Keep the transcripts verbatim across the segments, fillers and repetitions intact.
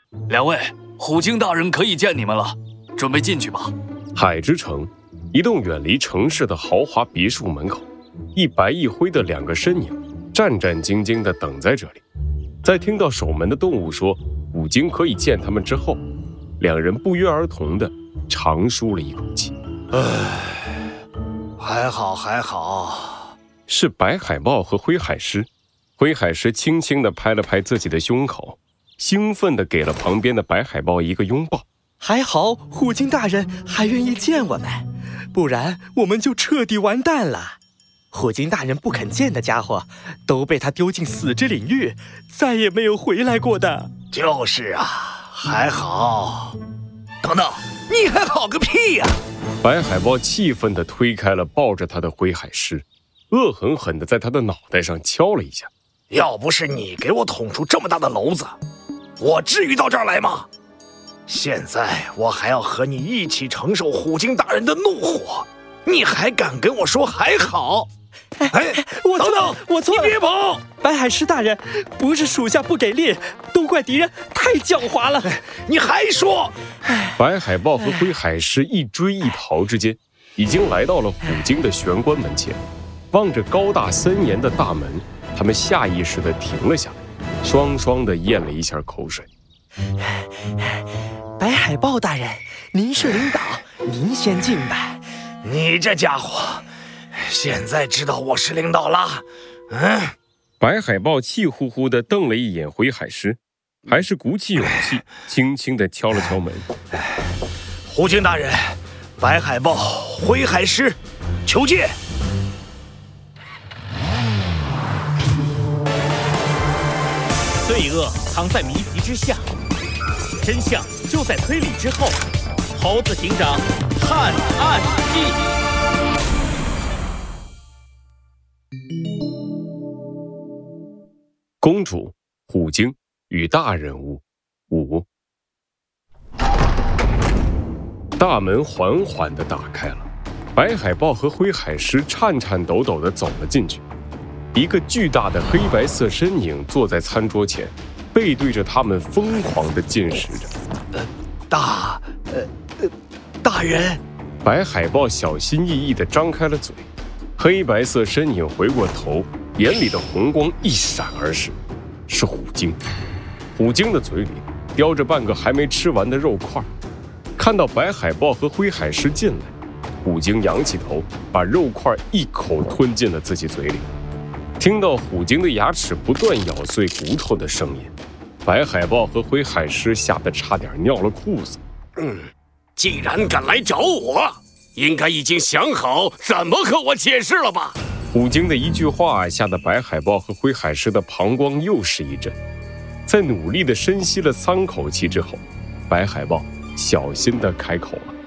两位，虎鲸大人可以见你们了，准备进去吧。 海之城，一栋远离城市的豪华别墅门口，一白一灰的两个身影战战兢兢地等在这里。在听到守门的动物说虎鲸可以见他们之后，两人不约而同地长舒了一口气。 唉，还好还好。 是白海豹和灰海狮。灰海狮轻轻地拍了拍自己的胸口，兴奋地给了旁边的白海豹一个拥抱。 还好虎鲸大人还愿意见我们，不然我们就彻底完蛋了。虎鲸大人不肯见的家伙都被他丢进死之领域，再也没有回来过的。 就是啊，还好。等等，你还好个屁呀！ 白海豹气愤地推开了抱着他的灰海狮，恶狠狠地在他的脑袋上敲了一下。 要不是你给我捅出这么大的篓子，我至于到这儿来吗？现在我还要和你一起承受虎鲸大人的怒火，你还敢跟我说还好？哎， 我错了， 我错了， 你别跑！ 白海狮大人，不是属下不给力，都怪敌人太狡猾了。 你还说？ 白海豹和灰海狮一追一逃之间，已经来到了虎鲸的玄关门前。望着高大森严的大门，他们下意识地停了下来，双双地咽了一下口水。 白海豹大人，您是领导，您先进吧。 你这家伙，现在知道我是领导了？嗯。 白海豹气呼呼地瞪了一眼灰海狮，还是鼓起勇气，轻轻地敲了敲门。 虎鲸大人，白海豹、灰海狮，求见。 罪恶藏在谜题之下，真相就在推理之后。猴子警长探案记。 公主、虎鲸与大人物五。大门缓缓地打开了，白海豹和灰海狮颤颤抖抖地走了进去。一个巨大的黑白色身影坐在餐桌前，背对着他们疯狂地进食着。 呃，大，呃，呃，大人。 白海豹小心翼翼地张开了嘴，黑白色身影回过头，眼里的红光一闪而逝，是虎鲸。虎鲸的嘴里叼着半个还没吃完的肉块，看到白海豹和灰海狮进来，虎鲸仰起头，把肉块一口吞进了自己嘴里。听到虎鲸的牙齿不断咬碎骨头的声音，白海豹和灰海狮吓得差点尿了裤子。 嗯，既然敢来找我，应该已经想好怎么和我解释了吧？ 虎鲸的一句话吓得白海豹和灰海狮的膀胱又是一震，在努力地深吸了三口气之后，白海豹小心地开口了：“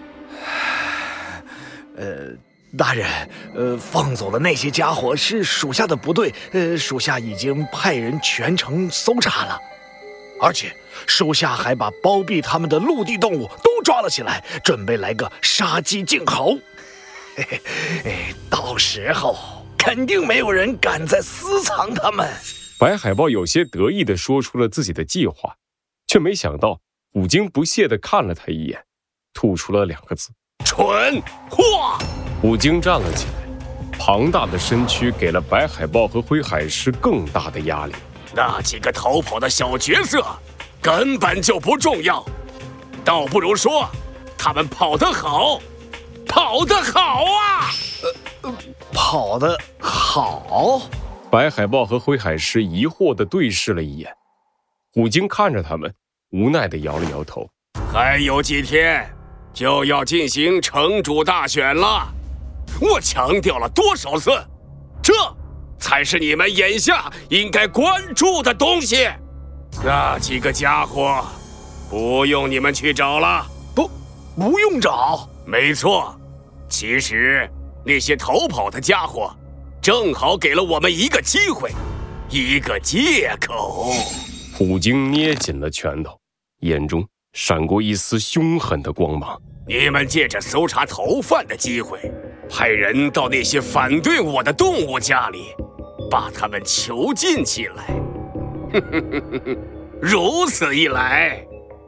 呃。”大人，呃，放走的那些家伙是属下的不对，呃，属下已经派人全城搜查了，而且属下还把包庇他们的陆地动物都抓了起来，准备来个杀鸡儆猴。嘿嘿，哎，到时候肯定没有人敢再私藏他们。 白海豹有些得意地说出了自己的计划，却没想到虎鲸不屑地看了他一眼，吐出了两个字： 蠢货。 虎鲸站了起来，庞大的身躯给了白海豹和灰海狮更大的压力。 那几个逃跑的小角色根本就不重要，倒不如说他们跑得好，跑得好啊！ 呃呃，跑得好？ 白海豹和灰海狮疑惑地对视了一眼，虎鲸看着他们，无奈地摇了摇头。 还有几天就要进行城主大选了。我强调了多少次，这才是你们眼下应该关注的东西。那几个家伙，不用你们去找了。 不，不用找。 没错，其实那些逃跑的家伙，正好给了我们一个机会，一个借口。 虎鲸捏紧了拳头，眼中闪过一丝凶狠的光芒。 你们借着搜查逃犯的机会，派人到那些反对我的动物家里，把他们囚禁起来。如此一来，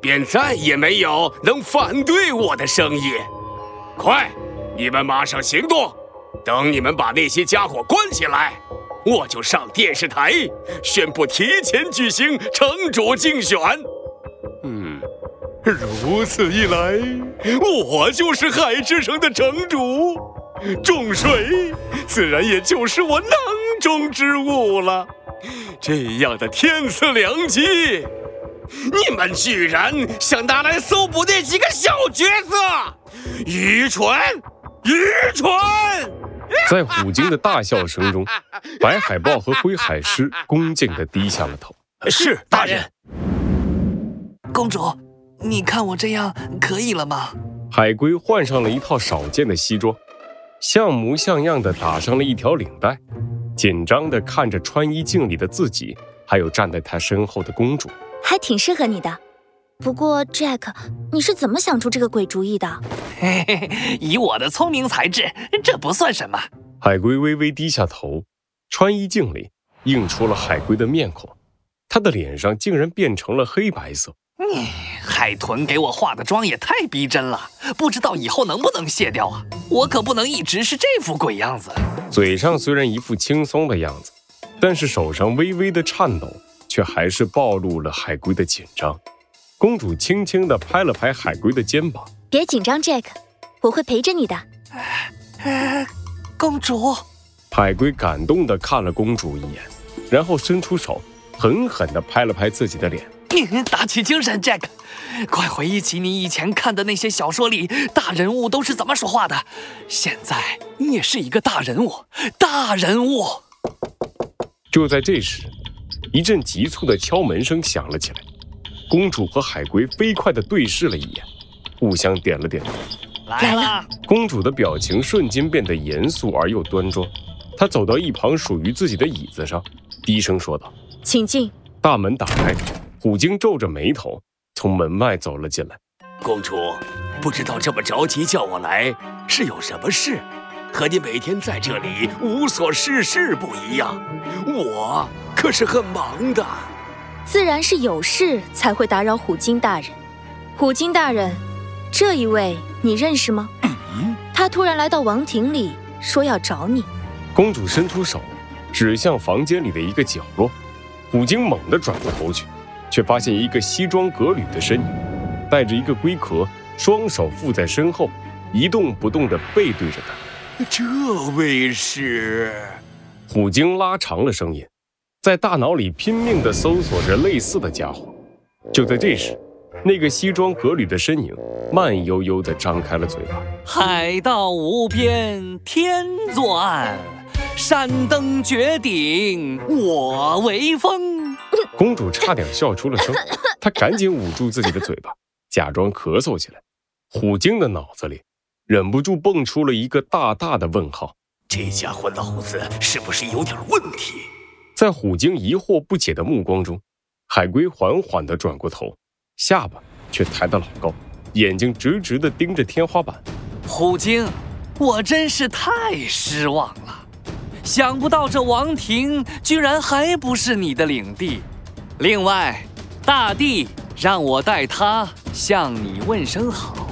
便再也没有能反对我的声音。快，你们马上行动！等你们把那些家伙关起来，我就上电视台宣布提前举行城主竞选。嗯，如此一来，我就是海之城的城主，重水自然也就是我囊中之物了。这样的天赐良机，你们居然想拿来搜捕那几个小角色，愚蠢，愚蠢！ 在虎鲸的大笑声中，白海豹和灰海狮恭敬地低下了头。 是大人。 公主，你看我这样可以了吗？ 海龟换上了一套少见的西装，像模像样的打上了一条领带，紧张地看着穿衣镜里的自己，还有站在他身后的公主。 还挺适合你的。不过 Jack， 你是怎么想出这个鬼主意的？ 嘿嘿嘿，以我的聪明才智，这不算什么。 海龟微微低下头，穿衣镜里映出了海龟的面孔，他的脸上竟然变成了黑白色。 嗯，海豚给我化的妆也太逼真了，不知道以后能不能卸掉啊？我可不能一直是这副鬼样子。 嘴上虽然一副轻松的样子，但是手上微微的颤抖，却还是暴露了海龟的紧张。公主轻轻地拍了拍海龟的肩膀， 别紧张 Jack， 我会陪着你的。 呃，公主。 海龟感动地看了公主一眼，然后伸出手狠狠地拍了拍自己的脸。 打起精神 Jack， 快回忆起你以前看的那些小说里大人物都是怎么说话的，现在你也是一个大人物，大人物。 就在这时，一阵急促的敲门声响了起来，公主和海龟飞快地对视了一眼，互相点了点头。 来了。 公主的表情瞬间变得严肃而又端庄，她走到一旁属于自己的椅子上，低声说道： 请进。 大门打开，虎鲸皱着眉头从门外走了进来。 公主，不知道这么着急叫我来是有什么事？和你每天在这里无所事事不一样，我可是很忙的。 自然是有事才会打扰虎鲸大人。虎鲸大人，这一位你认识吗？ 嗯， 他突然来到王庭里，说要找你。 公主伸出手指向房间里的一个角落，虎鲸猛地转过头去，却发现一个西装革履的身影，带着一个龟壳，双手负在身后，一动不动地背对着他。 这位是…… 虎鲸拉长了声音，在大脑里拼命地搜索着类似的家伙。就在这时，那个西装革履的身影慢悠悠地张开了嘴巴。 海盗无边天作岸，山登绝顶我为峰。 公主差点笑出了声，她赶紧捂住自己的嘴巴，假装咳嗽起来。虎鲸的脑子里忍不住蹦出了一个大大的问号， 这家伙脑子是不是有点问题？ 在虎鲸疑惑不解的目光中，海龟缓缓地转过头，下巴却抬得老高，眼睛直直地盯着天花板。 虎鲸，我真是太失望了，想不到这王庭居然还不是你的领地。另外，大帝让我代他向你问声好。